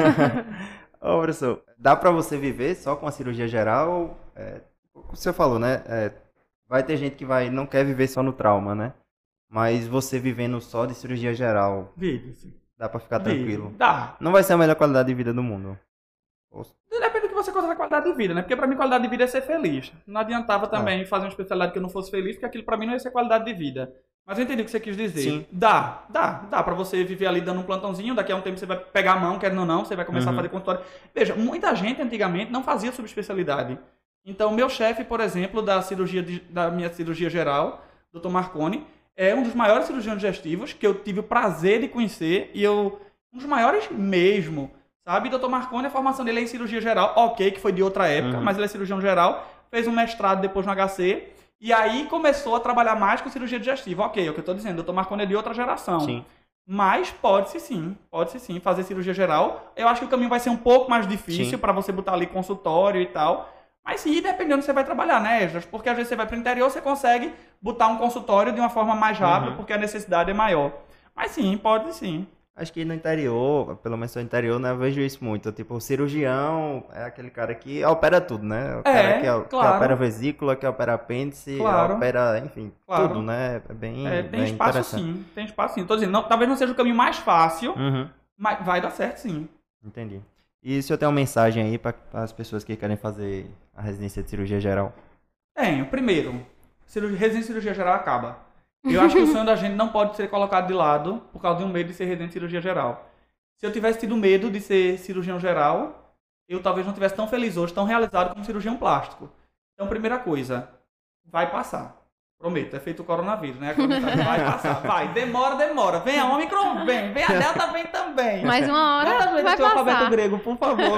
Ô, professor, dá pra você viver só com a cirurgia geral? É, o senhor falou, né? É, vai ter gente que vai, não quer viver só no trauma, né? Mas você vivendo só de cirurgia geral, Vive-se. dá pra ficar Vive. tranquilo. Dá. Não vai ser a melhor qualidade de vida do mundo. Depende do que você considera qualidade de vida, né? Porque pra mim qualidade de vida é ser feliz. Não adiantava também fazer uma especialidade que eu não fosse feliz, porque aquilo pra mim não ia ser qualidade de vida. Mas eu entendi o que você quis dizer. Sim. Dá, dá, dá pra você viver ali dando um plantãozinho, daqui a um tempo você vai pegar a mão, querendo ou não, você vai começar Uhum. a fazer consultório. Veja, muita gente antigamente não fazia subespecialidade. Então, meu chefe, por exemplo, da cirurgia de- da minha cirurgia geral, doutor Marconi, é um dos maiores cirurgiões digestivos que eu tive o prazer de conhecer e eu um dos maiores mesmo. Sabe, doutor Marconi, a formação dele é em cirurgia geral, ok, que foi de outra época, Uhum. mas ele é cirurgião geral, fez um mestrado depois no H C, e aí começou a trabalhar mais com cirurgia digestiva. Ok, é o que eu estou dizendo, doutor Marconi é de outra geração. Sim. Mas pode-se sim, pode-se sim fazer cirurgia geral. Eu acho que o caminho vai ser um pouco mais difícil Sim. para você botar ali consultório e tal. Mas sim, dependendo você vai trabalhar, né, Esdras? Porque às vezes você vai para o interior, você consegue botar um consultório de uma forma mais rápida, Uhum. porque a necessidade é maior. Mas sim, pode sim. Acho que no interior, pelo menos no interior, né, eu vejo isso muito. Tipo, o cirurgião é aquele cara que opera tudo, né? O cara que, que claro. opera vesícula, que opera apêndice, Claro. opera, enfim, Claro. tudo, né? É bem, É, tem bem espaço interessante. sim, tem espaço sim. Tô dizendo, não, talvez não seja o caminho mais fácil, Uhum, mas vai dar certo sim. entendi. E se eu tenho uma mensagem aí para as pessoas que querem fazer a residência de cirurgia geral? Tenho. Primeiro, cirurgia, residência de cirurgia geral acaba. Eu acho que o sonho da gente não pode ser colocado de lado por causa de um medo de ser residente de cirurgia geral. Se eu tivesse tido medo de ser cirurgião geral, eu talvez não tivesse tão feliz hoje, tão realizado como cirurgião plástico. Então, primeira coisa, vai passar. Prometo, é feito o coronavírus, né? Aquela mensagem, vai passar, vai. Demora, demora. Vem a Omicron, vem. Vem a Delta, vem também. Mais uma hora Quantas vezes vai tem o alfabeto passar. grego, por favor?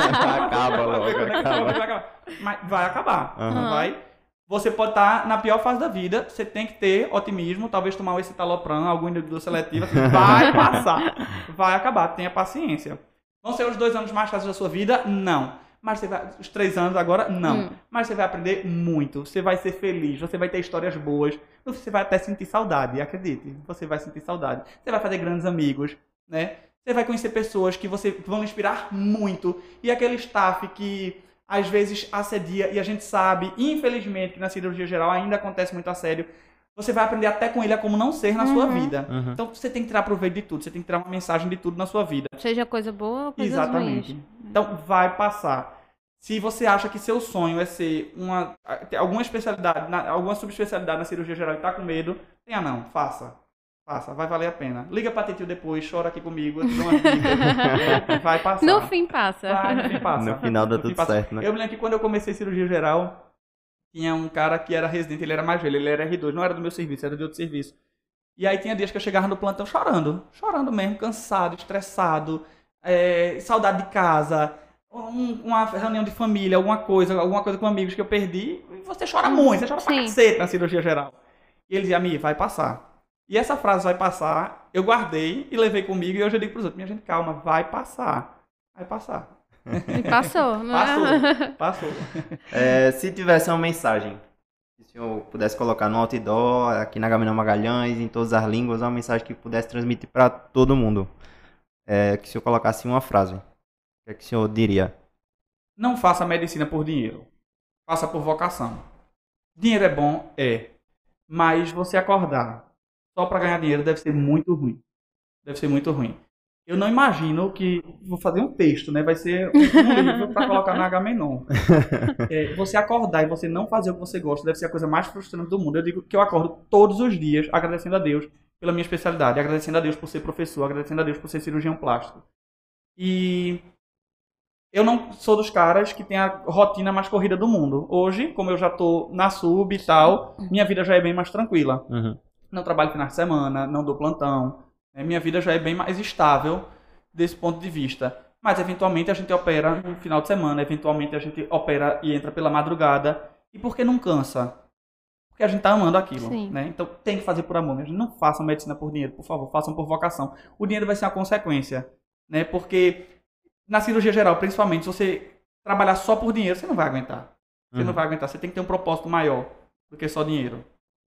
Acaba logo, acaba. Vai acabar. Mas vai acabar. Aham. Não vai? Você pode estar na pior fase da vida, você tem que ter otimismo, talvez tomar um escitalopram, algum inibidor seletivo, assim, vai passar, vai acabar, tenha paciência. Vão ser os dois anos mais fáceis da sua vida? Não. Mas você vai, os três anos agora? Não. Hum. Mas você vai aprender muito, você vai ser feliz, você vai ter histórias boas, você vai até sentir saudade, acredite, você vai sentir saudade. Você vai fazer grandes amigos, né? Você vai conhecer pessoas que você que vão lhe inspirar muito, e aquele staff que às vezes assedia, e a gente sabe, infelizmente, que na cirurgia geral ainda acontece muito assédio, você vai aprender até com ele a como não ser na sua Uhum. vida. Uhum. Então você tem que tirar proveito de tudo, você tem que tirar uma mensagem de tudo na sua vida. Seja coisa boa ou coisas Exatamente. ruins. Então vai passar. Se você acha que seu sonho é ser uma ter alguma especialidade, na- alguma subespecialidade na cirurgia geral e tá com medo, tenha não, faça. Faça, vai valer a pena. Liga pra Titio depois, chora aqui comigo, eu te dou uma dica. Vai passar. No fim passa. Vai, no fim passa. No final dá No fim tudo passa. certo, né? Eu me lembro que quando eu comecei cirurgia geral, tinha um cara que era residente, ele era mais velho, ele era R dois, não era do meu serviço, era de outro serviço. E aí tinha dias que eu chegava no plantão chorando, chorando mesmo, cansado, estressado, é, saudade de casa, um, uma reunião de família, alguma coisa, alguma coisa com amigos que eu perdi, você chora muito, você chora pra Sim. cacete na cirurgia geral. E ele dizia, Mi, vai passar. E essa frase, vai passar, eu guardei e levei comigo e hoje eu digo pros outros, minha gente, calma, vai passar. Vai passar. E passou, não Passou, é? passou. É, se tivesse uma mensagem, se o senhor pudesse colocar no outdoor, aqui na Gabriel Magalhães, em todas as línguas, uma mensagem que pudesse transmitir para todo mundo, é, que o senhor colocasse uma frase, o que é que o senhor diria? Não faça medicina por dinheiro. Faça por vocação. Dinheiro é bom? É. Mas você acordar só para ganhar dinheiro deve ser muito ruim. Deve ser muito ruim. Eu não imagino que... Vou fazer um texto, né? Vai ser um livro para colocar na Agamenon. É, você acordar e você não fazer o que você gosta deve ser a coisa mais frustrante do mundo. Eu digo que eu acordo todos os dias agradecendo a Deus pela minha especialidade, agradecendo a Deus por ser professor, agradecendo a Deus por ser cirurgião plástico. E eu não sou dos caras que tem a rotina mais corrida do mundo. Hoje, como eu já tô na sub e tal, minha vida já é bem mais tranquila. Uhum. Não trabalho finais de semana, não dou plantão. Né? Minha vida já é bem mais estável desse ponto de vista. Mas, eventualmente, a gente opera no final de semana. Eventualmente, a gente opera e entra pela madrugada. E por que não cansa? Porque a gente tá amando aquilo. Né? Então, tem que fazer por amor. Né? Não façam medicina por dinheiro, por favor. Façam por vocação. O dinheiro vai ser uma consequência. Né? Porque, na cirurgia geral, principalmente, se você trabalhar só por dinheiro, você não vai aguentar. Você Uhum. não vai aguentar. Você tem que ter um propósito maior do que só dinheiro.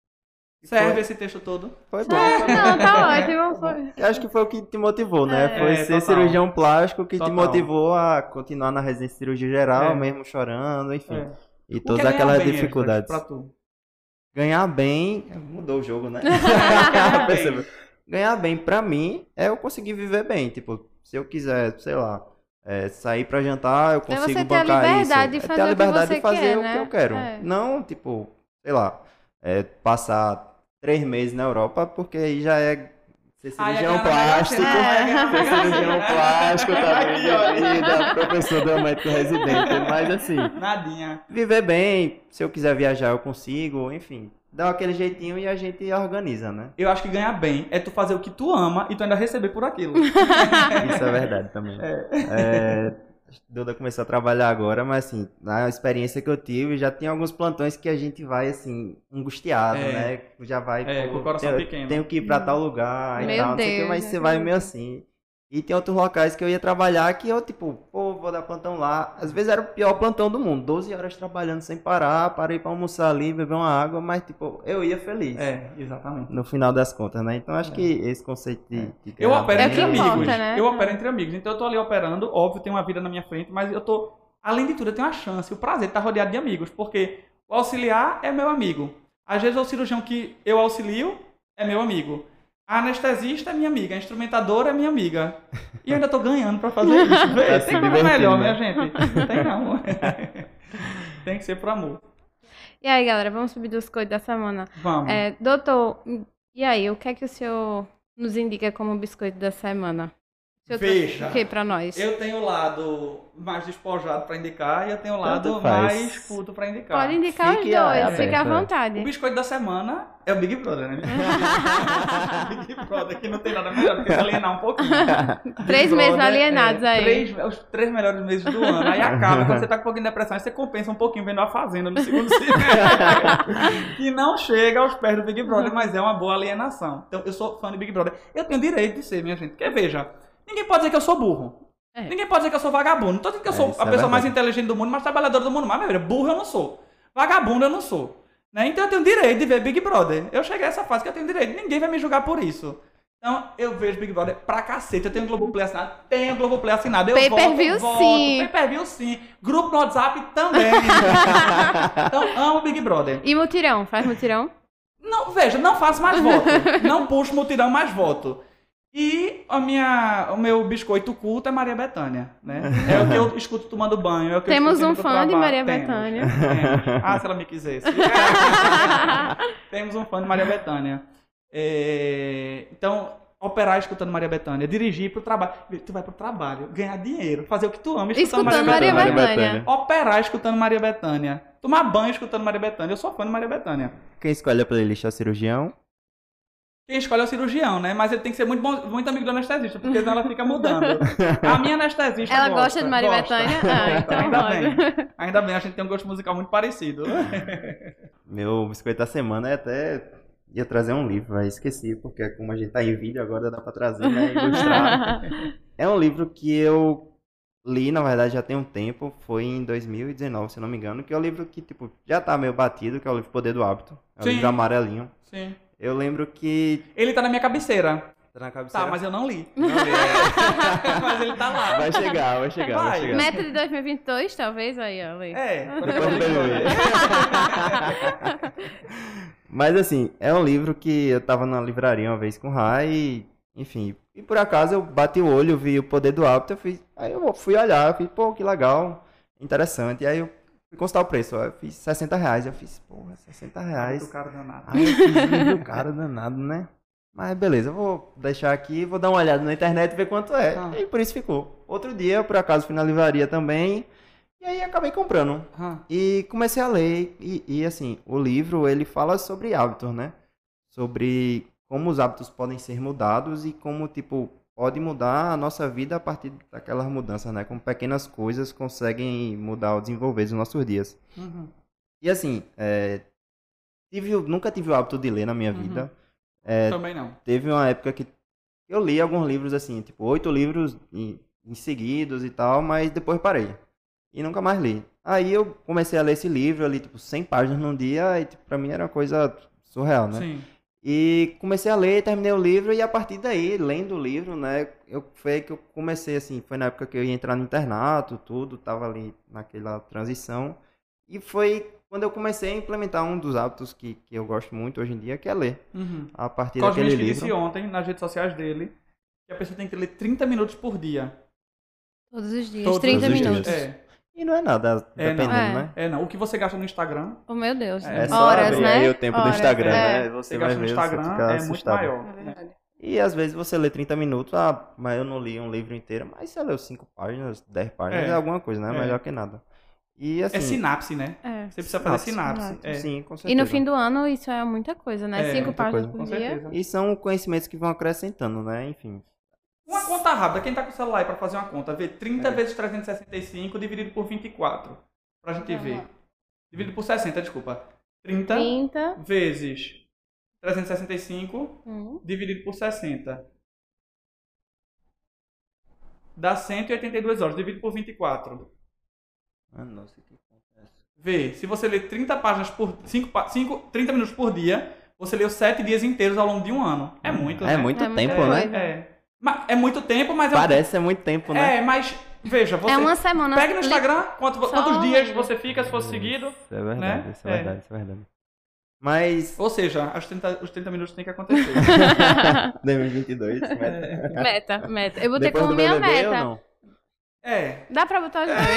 Serve Foi- esse texto todo? Foi bom. Não, tá ótimo. Foi. Eu acho que foi o que te motivou, né? É. Foi É, ser total. cirurgião plástico que Total. te motivou a continuar na residência de cirurgia geral, É. mesmo chorando, enfim. É. E O que todas é ganhar aquelas bem, dificuldades. Pra tu? Ganhar bem, mudou o jogo, né? Ganhar bem. Percebeu? Ganhar bem pra mim é eu conseguir viver bem. Tipo, se eu quiser, sei lá, é, sair pra jantar, eu É consigo você ter a bancar liberdade isso. de É ter a fazer o que liberdade você de fazer quer, o né? que eu quero. É. Não, tipo, sei lá, é, passar três meses na Europa, porque aí já é ser Aí cirurgião a galera plástico. vai ganhar, vai Ser ganhar, cirurgião vai ganhar. plástico, tá Aqui, ó. minha vida, professor do médico residente. Mas assim, Nadinha. viver bem, se eu quiser viajar eu consigo, enfim. Dá aquele jeitinho e a gente organiza, né? Eu acho que ganhar bem é tu fazer o que tu ama e tu ainda receber por aquilo. Isso é verdade também. É, Duda começou a trabalhar agora, mas assim, na experiência que eu tive, já tem alguns plantões que a gente vai assim, angustiado, É. né? Já vai, É, com o coração tenho, pequeno. tenho que ir pra tal lugar e Meu tal, não sei o que, Deus, mas né? você vai meio assim. E tem outros locais que eu ia trabalhar que eu, tipo, pô, vou dar plantão lá. Às vezes era o pior plantão do mundo, doze horas trabalhando sem parar, parei pra almoçar ali, beber uma água, mas tipo, eu ia feliz. É, exatamente. No final das contas, né? Então acho É. que esse conceito de... de Eu ganhar opero É o entre que bem- amigos. importa, né? Eu opero entre amigos. Então eu tô ali operando, óbvio, tem uma vida na minha frente, mas eu tô, além de tudo, eu tenho a chance, o prazer de estar rodeado de amigos, porque o auxiliar é meu amigo. Às vezes o cirurgião que eu auxilio é meu amigo. A anestesista é minha amiga, a instrumentadora é minha amiga. E eu ainda tô ganhando pra fazer isso. Vê, Tá se tem como divertindo, melhor, né? minha gente. Não tem não. Tem que ser por amor. E aí, galera, vamos subir dos coisas da semana. Vamos. É, doutor, e aí, o que é que o senhor nos indica como biscoito da semana? O senhor trouxe Veja, o que pra nós? Eu tenho o lado mais despojado pra indicar e eu tenho o lado Tanto faz. mais puto pra indicar. Pode indicar Fique os dois, aberto, fica à é. vontade. O biscoito da semana é o Big Brother, né? Big Brother, que não tem nada melhor do que se alienar um pouquinho. Três Big meses Brother, alienados é, aí. Três, os três melhores meses do ano. Aí acaba, quando você tá com um pouquinho de depressão, aí você compensa um pouquinho vendo a Fazenda no segundo semestre. Que não chega aos pés do Big Brother, mas é uma boa alienação. Então, eu sou fã de Big Brother. Eu tenho direito de ser, minha gente. Porque, veja, ninguém pode dizer que eu sou burro. É. Ninguém pode dizer que eu sou vagabundo. Não tô dizendo que eu É, sou isso a é pessoa mais verdade. inteligente do mundo, mais trabalhadora do mundo. Mas, meu filho, burro eu não sou. Vagabundo eu não sou. Né? Então eu tenho direito de ver Big Brother. Eu cheguei a essa fase que eu tenho direito. Ninguém vai me julgar por isso. Então eu vejo Big Brother pra cacete. Eu tenho Globoplay assinado. Tenho Globoplay assinado. Eu Pay-per-view, voto, sim. voto. Pay-per-view sim. Grupo no WhatsApp também. Então amo Big Brother. E mutirão? Faz mutirão? Não, veja, não faço mais voto. Não puxo mutirão mais voto. E a minha, o meu biscoito culto é Maria Bethânia, né? É o que eu escuto tomando banho. É o que eu Temos escuto um indo pro fã de trabalho. Maria Temos, Bethânia. temos. Ah, se ela me quisesse. Temos um fã de Maria Bethânia. É, então, operar escutando Maria Bethânia, dirigir pro trabalho. Tu vai pro trabalho, ganhar dinheiro, fazer o que tu ama escutando, Escutando Maria, Maria Bethânia. Bethânia. Operar escutando Maria Bethânia. Tomar banho escutando Maria Bethânia. Eu sou fã de Maria Bethânia. Quem escolhe a playlist é o cirurgião? Quem escolhe é o cirurgião, né? Mas ele tem que ser muito, bom, muito amigo do anestesista, porque senão ela fica mudando. A minha anestesista Ela gosta. gosta de Maria gosta. Bethânia? Ah, então Ainda roda. bem. Ainda bem, a gente tem um gosto musical muito parecido. Meu biscoito da semana é até... Ia trazer um livro, mas esqueci, porque como a gente tá em vídeo agora dá pra trazer, né? Ilustrar. É um livro que eu li, na verdade, já tem um tempo. Foi em dois mil e dezenove, se não me engano. Que é um livro que, tipo, já tá meio batido, que é o livro Poder do Hábito. É um Sim. livro amarelinho. Sim. Eu lembro que... Ele tá na minha cabeceira. Tá na cabeceira. Tá, mas eu não li. Não li, é. Mas ele tá lá. Vai chegar, vai chegar, vai, Vai. chegar. Meta de dois mil e vinte e dois, talvez, aí, ó. Lê. É. Depois do B B B. Mas assim, é um livro que eu tava na livraria uma vez com o Rai, e, enfim, e por acaso eu bati o olho, vi o Poder do Hábito, eu fiz, aí eu fui olhar, eu fiz, pô, que legal, interessante, e aí eu fui consultar o preço, ó, eu fiz sessenta reais, eu fiz, porra, sessenta reais. Muito caro danado. Aí eu fiz livro caro danado, né? Mas beleza, eu vou deixar aqui, vou dar uma olhada na internet e ver quanto é, Ah. e por isso ficou. Outro dia, eu por acaso fui na livraria também, e aí acabei comprando. Ah. E comecei a ler, e, e assim, o livro, ele fala sobre hábitos, né? Sobre como os hábitos podem ser mudados e como, tipo, pode mudar a nossa vida a partir daquelas mudanças, né? Como pequenas coisas conseguem mudar ou desenvolver os nossos dias. Uhum. E assim, é, tive, o- nunca tive o hábito de ler na minha Uhum. vida. É, Também não. teve uma época que eu li alguns livros, assim, tipo, oito livros em, em seguidos e tal, mas depois parei. E nunca mais li. Aí eu comecei a ler esse livro, eu li tipo cem páginas num dia e tipo, pra mim era uma coisa surreal, né? Sim. E comecei a ler, terminei o livro e a partir daí, lendo o livro, né, eu, foi aí que eu comecei assim, foi na época que eu ia entrar no internato, tudo, tava ali naquela transição. E foi quando eu comecei a implementar um dos hábitos que, que eu gosto muito hoje em dia, que é ler. Uhum. A partir Cosmin daquele disse livro. ontem, nas redes sociais dele, que a pessoa tem que ler trinta minutos por dia. Todos os dias, Todos trinta os dias. minutos. É. E não é nada, É, não. dependendo, É. né? É, não. O que você gasta no Instagram Oh, meu Deus. É É só Horas, abrir né? aí o tempo do Horas, Instagram, é. né? você Você vai gasta no ver, você Instagram fica é muito assustado. maior. É né? verdade. E às vezes você lê trinta minutos, ah, mas eu não li um livro inteiro, mas você leu cinco páginas, dez páginas, É. é, alguma coisa, né? É. Melhor que nada. E assim... É sinapse, né? É. Você precisa fazer Sinapse. sinapse. Exato. É. Sim, com certeza. E no fim do ano, isso é muita coisa, né? É, Cinco muita páginas coisa. por Com dia. certeza. E são conhecimentos que vão acrescentando, né? Enfim. Uma conta rápida. Quem tá com o celular aí pra fazer uma conta, vê trinta É. vezes trezentos e sessenta e cinco dividido por vinte e quatro. Pra gente Vamos ver. lá. Dividido por sessenta, desculpa. trinta trinta. vezes trezentos e sessenta e cinco Hum. dividido por sessenta. Dá cento e oitenta e duas horas. Dividido por vinte e quatro. Ah, nossa, que acontece. Vê, se você ler trinta páginas por... cinco, trinta minutos por dia, você leu sete dias inteiros ao longo de um ano. É muito, É né? muito É muita tempo, coisa. né? É. Mas é muito tempo, mas é um- Parece ser muito tempo, né? É, mas veja, você É uma semana. pega no Instagram quanto- Só quantos dias lendo. você fica se fosse seguido. Isso é verdade, né? isso é É. verdade, isso é verdade. Mas... Ou seja, as trinta, os trinta minutos tem que acontecer. dois mil e vinte e dois, É. meta. Meta, meta. Eu botei Depois como do minha B B B ou meta. não? É. Dá pra botar os dois.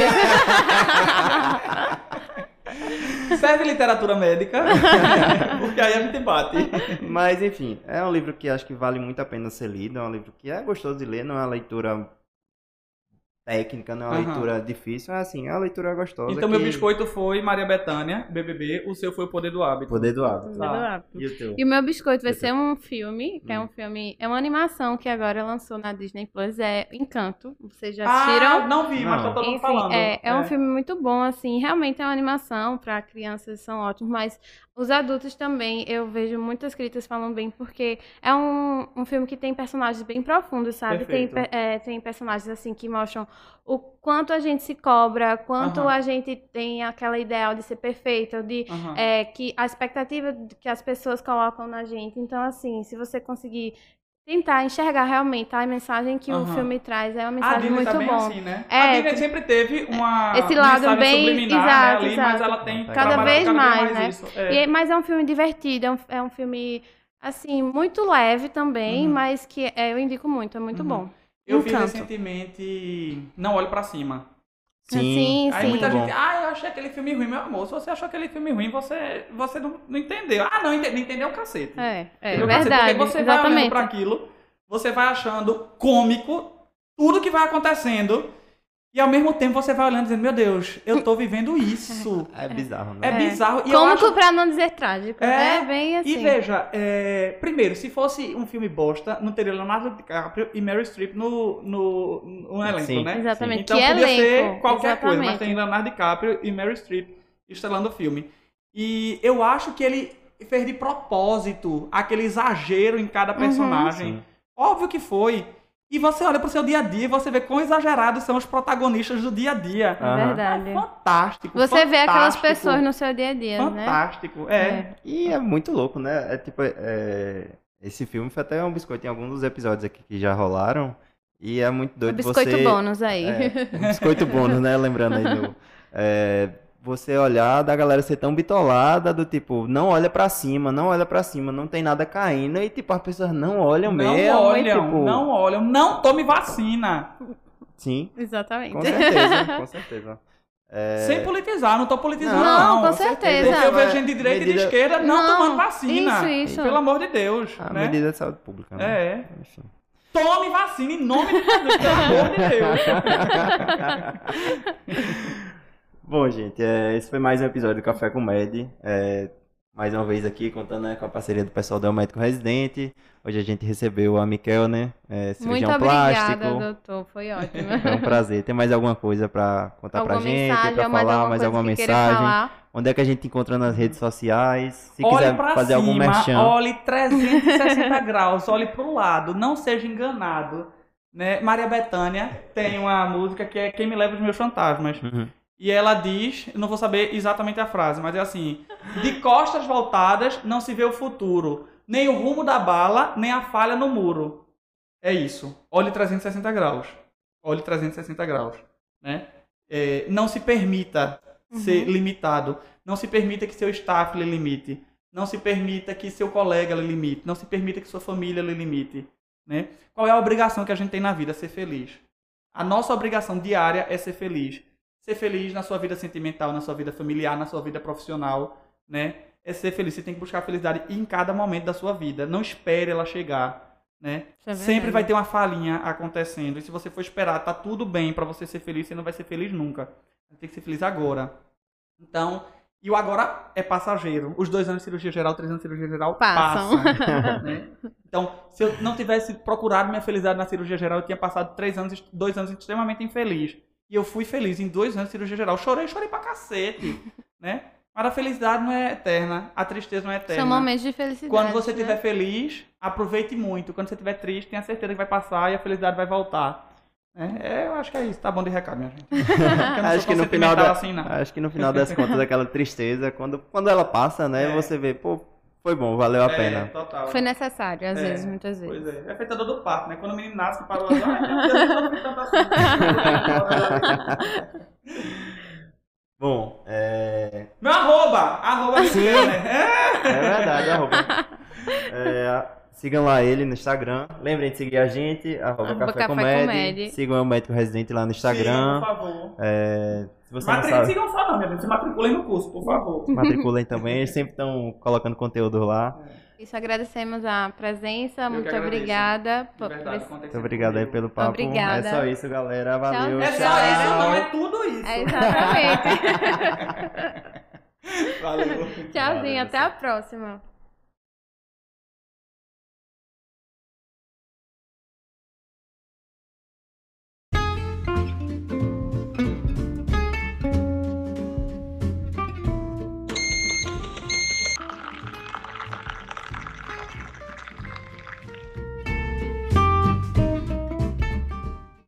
Serve literatura médica, porque aí a gente bate. Mas, enfim, é um livro que acho que vale muito a pena ser lido. É um livro que é gostoso de ler, não é uma leitura técnica, não é uma Aham. leitura difícil. É assim, é uma leitura gostosa. Então meu que- biscoito foi Maria Bethânia, B B B, o seu foi O Poder do Hábito. Poder do hábito. Tá. E o teu? E o meu biscoito vai Eita. ser um filme, que é Hum. um filme, é uma animação que agora lançou na Disney Plus, é Encanto. Vocês já assistiram? Ah, não vi, mas Não. tá todo mundo Enfim, falando. é, é um filme muito bom, assim, realmente é uma animação, para crianças são ótimos, mas os adultos também, eu vejo muitas críticas falando bem, porque é um, um filme que tem personagens bem profundos, sabe? Tem, Perfeito. pe- é, tem personagens, assim, que mostram o quanto a gente se cobra, quanto Aham. a gente tem aquela ideal de ser perfeita, de Aham. é, que a expectativa que as pessoas colocam na gente. Então, assim, se você conseguir tentar enxergar realmente a mensagem que o Aham. filme traz, é uma A mensagem Disney muito tá bem boa. assim, né? É, a Disney tem- sempre teve uma Esse lado mensagem bem- subliminar, exato, né, ali, mas exato. ela tem Cada trabalhado vez cada mais, né? isso. É. E é- mas é um filme divertido, é um, é um filme, assim, muito leve também, Uhum. mas que é, eu indico muito, é muito Uhum. bom. Eu vi Encanto. recentemente Não Olhe Pra Cima. Sim. Sim, Aí sim. muita Bom. gente, ah, eu achei aquele filme ruim, meu amor. Se você achou aquele filme ruim, você, você não, não entendeu. Ah, não, ente- não entendeu o cacete. É, é Entendeu o cacete? verdade, Porque você vai olhando exatamente. pra aquilo, você vai achando cômico tudo que vai acontecendo. E ao mesmo tempo você vai olhando dizendo, meu Deus, eu tô vivendo isso. É bizarro, né? É bizarro. E eu Cômico acho... pra não dizer trágico. É, É bem assim. E veja, é, primeiro, se fosse um filme bosta, não teria Leonardo DiCaprio e Meryl Streep no, no, no elenco, Sim, né? Exatamente. Então que podia elenco. ser qualquer Exatamente. coisa, mas tem Leonardo DiCaprio e Meryl Streep estrelando o filme. E eu acho que ele fez de propósito aquele exagero em cada personagem. Sim. Óbvio que foi. E você olha pro seu dia a dia e você vê quão exagerados são os protagonistas do dia a dia. É Aham. verdade. É fantástico. Você vê aquelas fantástico, pessoas no seu dia a dia, né? Fantástico, é. E é muito louco, né? É tipo, é, esse filme foi até um biscoito em alguns dos episódios aqui que já rolaram. E é muito O doido biscoito você... bônus aí. É, um biscoito bônus, né? Lembrando aí do... é, você olhar da galera ser tão bitolada, do tipo, não olha pra cima, não olha pra cima, não tem nada caindo. E tipo, as pessoas não olham Não mesmo. olham, e, tipo... não olham, não tome vacina. Sim, Exatamente. com certeza, com certeza. É... Sem politizar, não tô politizando, Não, não. com certeza. Porque eu vejo gente de direita Medida- e de esquerda não, Não, tomando vacina. isso, isso. Pelo amor de Deus. A né? medida de saúde pública, né? É. Enfim. Tome vacina em nome de Jesus, pelo amor de Deus. Bom, gente, é, esse foi mais um episódio do Café com Med. É, mais uma vez aqui, contando, né, com a parceria do pessoal do Médico Residente. Hoje a gente recebeu a Miquel, né? É, cirurgião Muito plástico. obrigada, doutor. Foi ótimo. É um prazer. Tem mais alguma coisa pra contar Alguma pra gente? mensagem, Pra ou mais falar? alguma Mais coisa alguma que queira mensagem? falar? Onde é que a gente encontra nas redes sociais? Se Olhe quiser pra fazer algum cima, merchan. olhe trezentos e sessenta graus, olhe pro lado, não seja enganado. Né? Maria Bethânia tem uma música que é Quem Me Leva os Meus Fantasmas. Uhum. E ela diz, eu não vou saber exatamente a frase, mas é assim: de costas voltadas não se vê o futuro, nem o rumo da bala, nem a falha no muro. É isso. Olhe trezentos e sessenta graus. Olhe trezentos e sessenta graus. Né? É, não se permita Uhum. ser limitado. Não se permita que seu staff lhe limite. Não se permita que seu colega lhe limite. Não se permita que sua família lhe limite. Né? Qual é a obrigação que a gente tem na vida? Ser feliz. A nossa obrigação diária é ser feliz. Ser feliz na sua vida sentimental, na sua vida familiar, na sua vida profissional, né? É ser feliz. Você tem que buscar a felicidade em cada momento da sua vida. Não espere ela chegar, né? Isso é Sempre verdade. vai ter uma falhinha acontecendo. E se você for esperar, tá tudo bem pra você ser feliz, você não vai ser feliz nunca. Você tem que ser feliz agora. Então, e o agora é passageiro. Os dois anos de cirurgia geral, três anos de cirurgia geral Passam. passam. Né? Então, se eu não tivesse procurado minha felicidade na cirurgia geral, eu tinha passado três anos, dois anos extremamente infeliz. E eu fui feliz em dois anos de cirurgia geral. Chorei, chorei pra cacete, né? Mas a felicidade não é eterna, a tristeza não é eterna. São momentos de felicidade. Quando você né? estiver feliz, aproveite muito. Quando você estiver triste, tenha certeza que vai passar e a felicidade vai voltar. Né? É, eu acho que é isso. Tá bom de recado, minha gente. Eu não Acho sou que, tão no final sentimental da, assim, não. acho que no final das contas, aquela tristeza, quando, quando ela passa, né? É. Você vê, pô, foi bom, valeu a É, pena. total. Foi necessário, às É, vezes, muitas vezes. Pois é. É feita dor do parto, né? Quando o menino nasce, que parou as ai, meu Deus, eu não fui tanto assim. Bom, é... Meu arroba! Arroba Miquel, né? É verdade, arroba. É, sigam lá ele no Instagram. Lembrem de seguir a gente, arroba Arroba Café Café Comédia. Comédia. Sigam o Médico Residente lá no Instagram. Sigam, por favor. É, se você não Matri... sabe, Sigam só não, minha gente. Se matriculem no curso, por favor. matriculem também. Eles sempre estão colocando conteúdo lá. Isso, agradecemos a presença. Eu Muito que agradeço. obrigada. De por- verdade, por- conta Muito obrigado aí pelo papo. Obrigada. É só isso, galera. Valeu. É Tchau. só isso, tchau. não, é tudo isso. É, exatamente. Valeu. Tchauzinho, Valeu, até a próxima.